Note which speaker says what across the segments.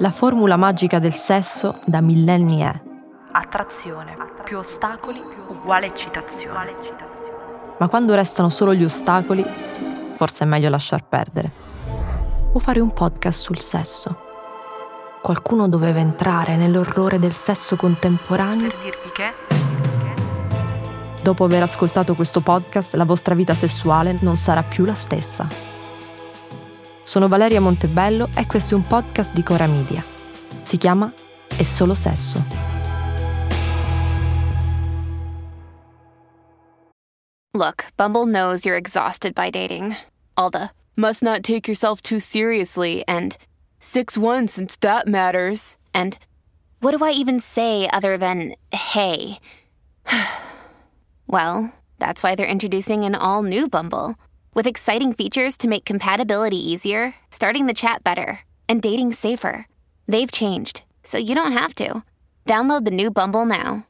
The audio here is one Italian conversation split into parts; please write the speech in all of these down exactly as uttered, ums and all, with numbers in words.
Speaker 1: La formula magica del sesso da millenni è attrazione più ostacoli uguale eccitazione. Ma quando restano solo gli ostacoli, forse è meglio lasciar perdere. O fare un podcast sul sesso. Qualcuno doveva entrare nell'orrore del sesso contemporaneo per dirvi che, dopo aver ascoltato questo podcast, la vostra vita sessuale non sarà più la stessa. Sono Valeria Montebello e questo è un podcast di Cora Media. Si chiama È solo sesso.
Speaker 2: Look, Bumble knows you're exhausted by dating. All the must not take yourself too seriously and six one since that matters. And what do I even say other than hey? Well, that's why they're introducing an all-new Bumble with exciting features to make compatibility easier, starting the chat better, and dating safer. They've changed, so you don't have to. Download the new Bumble now.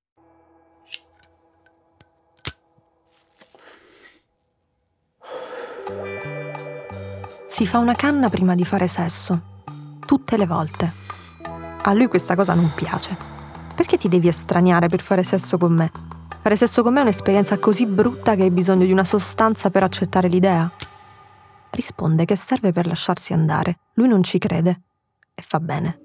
Speaker 1: Si fa una canna prima di fare sesso. Tutte le volte. A lui questa cosa non piace. Perché ti devi estraniare per fare sesso con me? Fare sesso con me è un'esperienza così brutta che hai bisogno di una sostanza per accettare l'idea? Risponde che serve per lasciarsi andare. Lui non ci crede. E fa bene.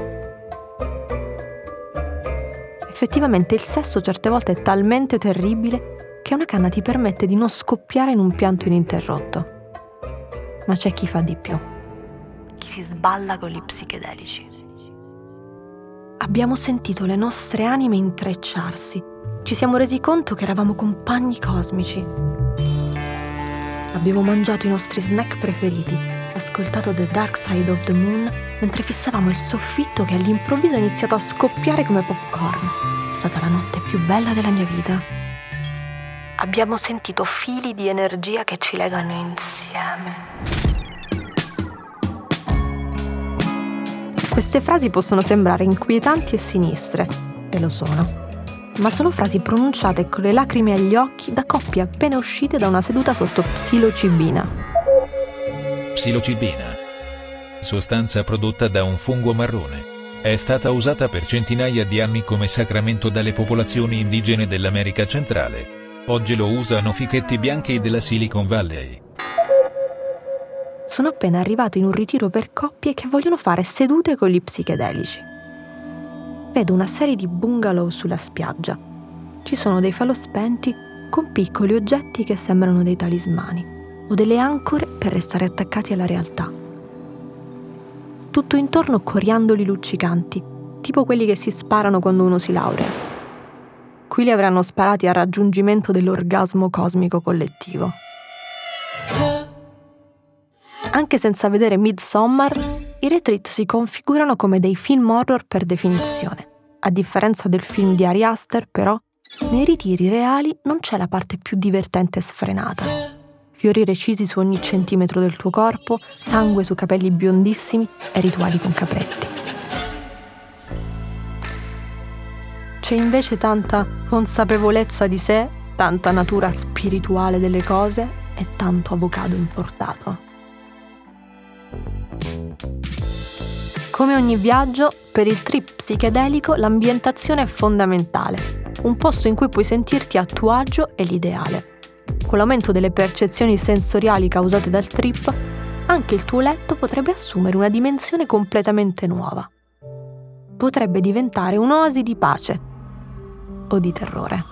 Speaker 1: Effettivamente il sesso certe volte è talmente terribile che una canna ti permette di non scoppiare in un pianto ininterrotto. Ma c'è chi fa di più. Chi si sballa con gli psichedelici. Abbiamo sentito le nostre anime intrecciarsi. Ci siamo resi conto che eravamo compagni cosmici. Abbiamo mangiato i nostri snack preferiti, ascoltato The Dark Side of the Moon, mentre fissavamo il soffitto che all'improvviso ha iniziato a scoppiare come popcorn. È stata la notte più bella della mia vita. Abbiamo sentito fili di energia che ci legano insieme. Queste frasi possono sembrare inquietanti e sinistre, e lo sono. Ma sono frasi pronunciate con le lacrime agli occhi da coppie appena uscite da una seduta sotto psilocibina.
Speaker 3: Psilocibina. Sostanza prodotta da un fungo marrone. È stata usata per centinaia di anni come sacramento dalle popolazioni indigene dell'America centrale. Oggi lo usano fichetti bianchi della Silicon Valley.
Speaker 1: Sono appena arrivato in un ritiro per coppie che vogliono fare sedute con gli psichedelici. Vedo una serie di bungalow sulla spiaggia. Ci sono dei falò spenti con piccoli oggetti che sembrano dei talismani o delle ancore per restare attaccati alla realtà. Tutto intorno coriandoli luccicanti, tipo quelli che si sparano quando uno si laurea. Qui li avranno sparati al raggiungimento dell'orgasmo cosmico collettivo. Anche senza vedere Midsommar, i retreat si configurano come dei film horror per definizione. A differenza del film di Ari Aster, però, nei ritiri reali non c'è la parte più divertente e sfrenata. Fiori recisi su ogni centimetro del tuo corpo, sangue su capelli biondissimi e rituali con capretti. C'è invece tanta consapevolezza di sé, tanta natura spirituale delle cose e tanto avocado importato. Come ogni viaggio, per il trip psichedelico l'ambientazione è fondamentale, un posto in cui puoi sentirti a tuo agio è l'ideale. Con l'aumento delle percezioni sensoriali causate dal trip, anche il tuo letto potrebbe assumere una dimensione completamente nuova. Potrebbe diventare un'oasi di pace o di terrore.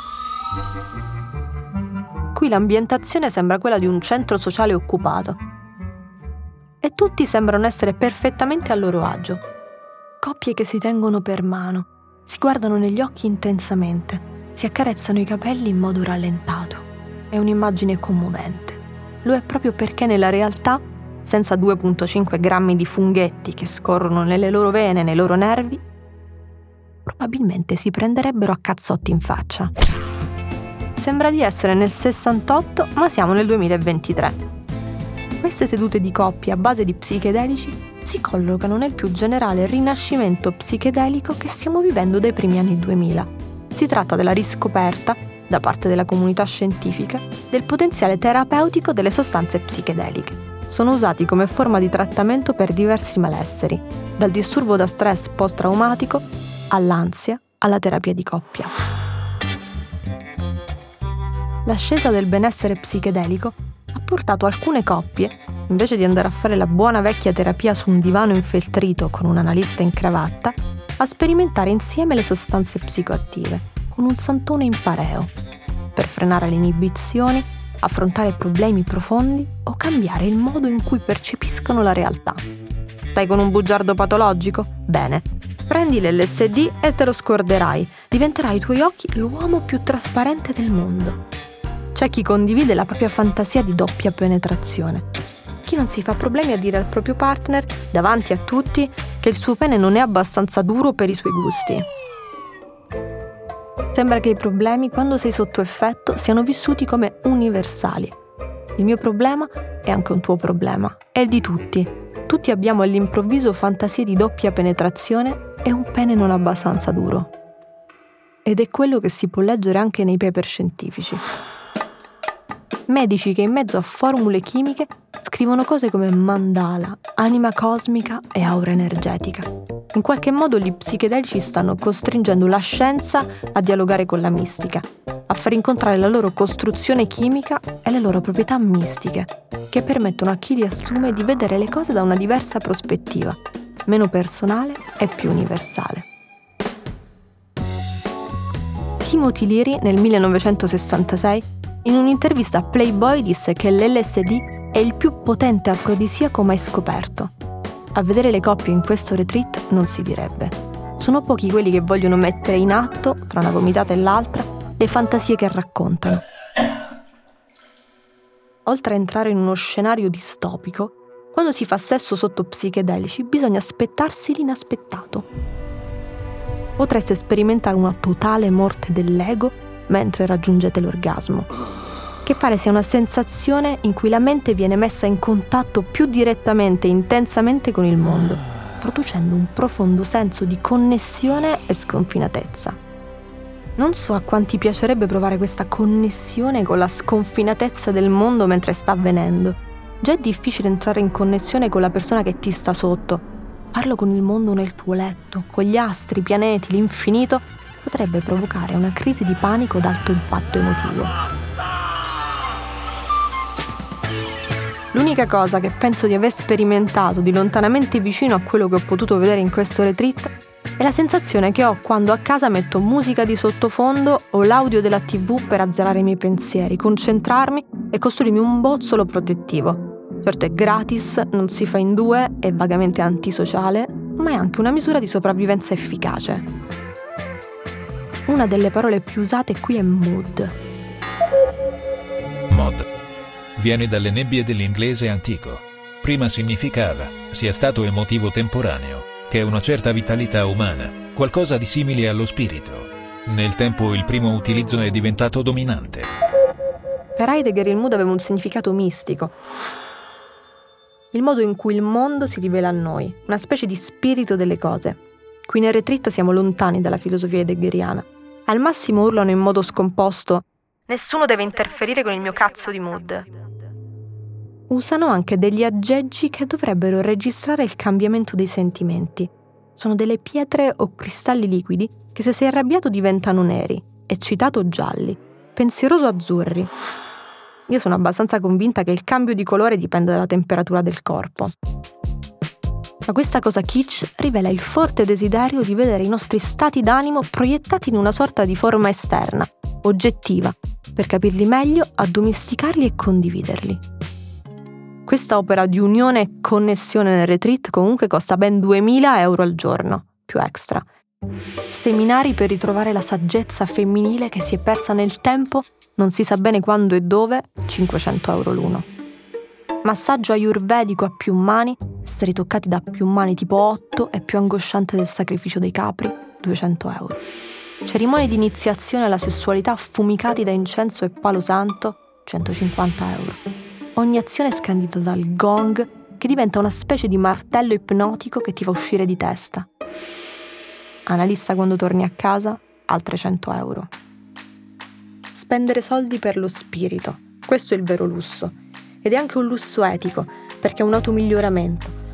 Speaker 1: Qui l'ambientazione sembra quella di un centro sociale occupato e tutti sembrano essere perfettamente a loro agio. Coppie che si tengono per mano, si guardano negli occhi intensamente, si accarezzano i capelli in modo rallentato. È un'immagine commovente. Lo è proprio perché nella realtà, senza due virgola cinque grammi di funghetti che scorrono nelle loro vene e nei loro nervi, probabilmente si prenderebbero a cazzotti in faccia. Sembra di essere nel sessantotto, ma siamo nel duemilaventitré. Queste sedute di coppia a base di psichedelici si collocano nel più generale rinascimento psichedelico che stiamo vivendo dai primi anni duemila. Si tratta della riscoperta, da parte della comunità scientifica, del potenziale terapeutico delle sostanze psichedeliche. Sono usati come forma di trattamento per diversi malesseri, dal disturbo da stress post-traumatico all'ansia, alla terapia di coppia. L'ascesa del benessere psichedelico ha portato alcune coppie, invece di andare a fare la buona vecchia terapia su un divano infeltrito con un analista in cravatta, a sperimentare insieme le sostanze psicoattive, con un santone in pareo, per frenare le inibizioni, affrontare problemi profondi o cambiare il modo in cui percepiscono la realtà. Stai con un bugiardo patologico? Bene, prendi l'L S D e te lo scorderai. Diventerai ai tuoi occhi l'uomo più trasparente del mondo. C'è chi condivide la propria fantasia di doppia penetrazione. Chi non si fa problemi a dire al proprio partner, davanti a tutti, che il suo pene non è abbastanza duro per i suoi gusti. Sembra che i problemi, quando sei sotto effetto, siano vissuti come universali. Il mio problema è anche un tuo problema, è il di tutti. Tutti abbiamo all'improvviso fantasie di doppia penetrazione e un pene non abbastanza duro. Ed è quello che si può leggere anche nei paper scientifici. Medici che in mezzo a formule chimiche scrivono cose come mandala, anima cosmica e aura energetica. In qualche modo gli psichedelici stanno costringendo la scienza a dialogare con la mistica, a far incontrare la loro costruzione chimica e le loro proprietà mistiche, che permettono a chi li assume di vedere le cose da una diversa prospettiva, meno personale e più universale. Timothy Leary nel millenovecentosessantasei in un'intervista a Playboy disse che l'L S D è il più potente afrodisiaco mai scoperto. A vedere le coppie in questo retreat non si direbbe. Sono pochi quelli che vogliono mettere in atto, tra una vomitata e l'altra, le fantasie che raccontano. Oltre a entrare in uno scenario distopico, quando si fa sesso sotto psichedelici bisogna aspettarsi l'inaspettato. Potreste sperimentare una totale morte dell'ego mentre raggiungete l'orgasmo, che pare sia una sensazione in cui la mente viene messa in contatto più direttamente e intensamente con il mondo, producendo un profondo senso di connessione e sconfinatezza. Non so a quanti piacerebbe provare questa connessione con la sconfinatezza del mondo mentre sta avvenendo. Già è difficile entrare in connessione con la persona che ti sta sotto. Farlo con il mondo nel tuo letto, con gli astri, i pianeti, l'infinito, potrebbe provocare una crisi di panico ad alto impatto emotivo. L'unica cosa che penso di aver sperimentato di lontanamente vicino a quello che ho potuto vedere in questo retreat è la sensazione che ho quando a casa metto musica di sottofondo o l'audio della tivù per azzerare i miei pensieri, concentrarmi e costruirmi un bozzolo protettivo. Certo, è gratis, non si fa in due, è vagamente antisociale, ma è anche una misura di sopravvivenza efficace. Una delle parole più usate qui è mood.
Speaker 3: Mod. Viene dalle nebbie dell'inglese antico. Prima significava, sia stato emotivo temporaneo, che è una certa vitalità umana, qualcosa di simile allo spirito. Nel tempo il primo utilizzo è diventato dominante.
Speaker 1: Per Heidegger il mood aveva un significato mistico. Il modo in cui il mondo si rivela a noi, una specie di spirito delle cose. Qui nel retreat siamo lontani dalla filosofia heideggeriana. Al massimo urlano in modo scomposto: nessuno deve interferire con il mio cazzo di mood. Usano anche degli aggeggi che dovrebbero registrare il cambiamento dei sentimenti. Sono delle pietre o cristalli liquidi che se sei arrabbiato diventano neri, eccitato gialli, pensieroso azzurri. Io sono abbastanza convinta che il cambio di colore dipende dalla temperatura del corpo. Ma questa cosa kitsch rivela il forte desiderio di vedere i nostri stati d'animo proiettati in una sorta di forma esterna, oggettiva, per capirli meglio, addomesticarli e condividerli. Questa opera di unione e connessione nel retreat comunque costa ben duemila euro al giorno, più extra. Seminari per ritrovare la saggezza femminile che si è persa nel tempo, non si sa bene quando e dove, cinquecento euro l'uno. Massaggio ayurvedico a più mani, essere toccati da più mani tipo otto e più angosciante del sacrificio dei capri, duecento euro. Cerimonie di iniziazione alla sessualità affumicati da incenso e palo santo, centocinquanta euro. Ogni azione scandita dal gong che diventa una specie di martello ipnotico che ti fa uscire di testa. Analista quando torni a casa, altre cento euro. Spendere soldi per lo spirito, questo è il vero lusso. Ed è anche un lusso etico, perché è un automiglioramento.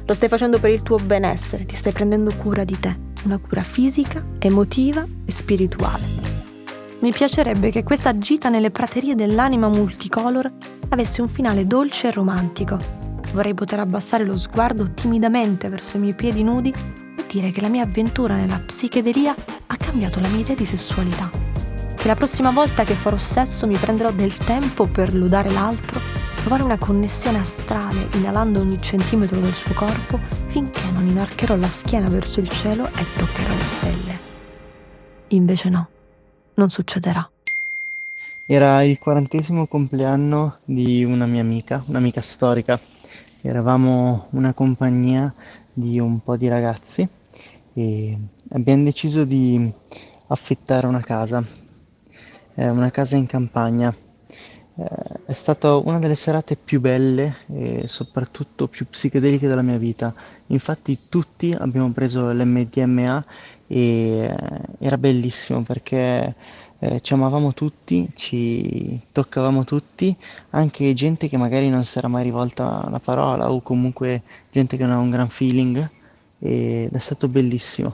Speaker 1: Lo stai facendo per il tuo benessere, ti stai prendendo cura di te, una cura fisica, emotiva e spirituale. Mi piacerebbe che questa gita nelle praterie dell'anima multicolor avesse un finale dolce e romantico. Vorrei poter abbassare lo sguardo timidamente verso i miei piedi nudi e dire che la mia avventura nella psichedelia ha cambiato la mia idea di sessualità. Che la prossima volta che farò sesso mi prenderò del tempo per lodare l'altro, provare una connessione astrale inalando ogni centimetro del suo corpo finché non inarcherò la schiena verso il cielo e toccherò le stelle. Invece no, non succederà.
Speaker 4: Era il quarantesimo compleanno di una mia amica, un'amica storica. Eravamo una compagnia di un po' di ragazzi e abbiamo deciso di affittare una casa, eh, una casa in campagna. Eh, è stata una delle serate più belle e soprattutto più psichedeliche della mia vita. Infatti tutti abbiamo preso l'emme di emme a e eh, era bellissimo perché eh, ci amavamo tutti, ci toccavamo tutti, anche gente che magari non si era mai rivolta una parola o comunque gente che non ha un gran feeling, ed è stato bellissimo.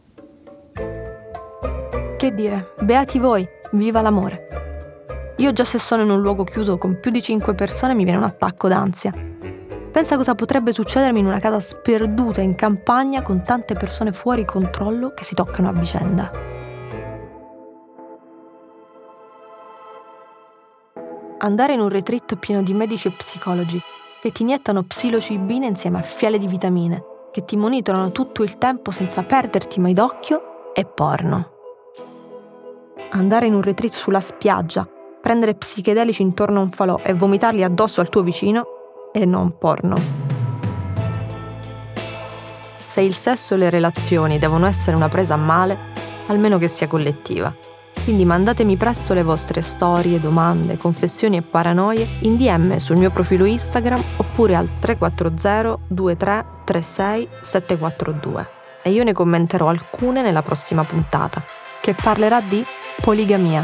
Speaker 1: Che dire, beati voi, viva l'amore. Io già se sono in un luogo chiuso con più di cinque persone mi viene un attacco d'ansia. Pensa cosa potrebbe succedermi in una casa sperduta in campagna con tante persone fuori controllo che si toccano a vicenda. Andare in un retreat pieno di medici e psicologi che ti iniettano psilocibina insieme a fiale di vitamine, che ti monitorano tutto il tempo senza perderti mai d'occhio, è porno. Andare in un retreat sulla spiaggia, prendere psichedelici intorno a un falò e vomitarli addosso al tuo vicino è non porno. Se il sesso e le relazioni devono essere una presa a male, almeno che sia collettiva. Quindi mandatemi presto le vostre storie, domande, confessioni e paranoie in di emme sul mio profilo Instagram oppure al tre quattro zero due tre tre sei sette quattro due e io ne commenterò alcune nella prossima puntata, che parlerà di poligamia.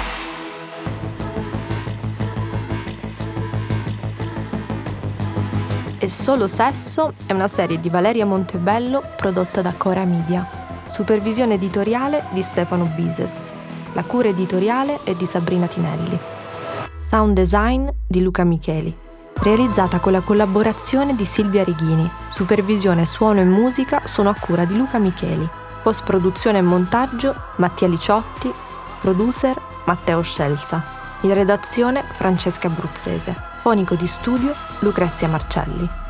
Speaker 1: E Solo Sesso è una serie di Valeria Montebello prodotta da Cora Media. Supervisione editoriale di Stefano Bises. La cura editoriale è di Sabrina Tinelli. Sound design di Luca Micheli. Realizzata con la collaborazione di Silvia Righini. Supervisione suono e musica sono a cura di Luca Micheli. Post-produzione e montaggio Mattia Liciotti. Producer Matteo Scelsa. In redazione Francesca Abruzzese. Fonico di studio Lucrezia Marcelli.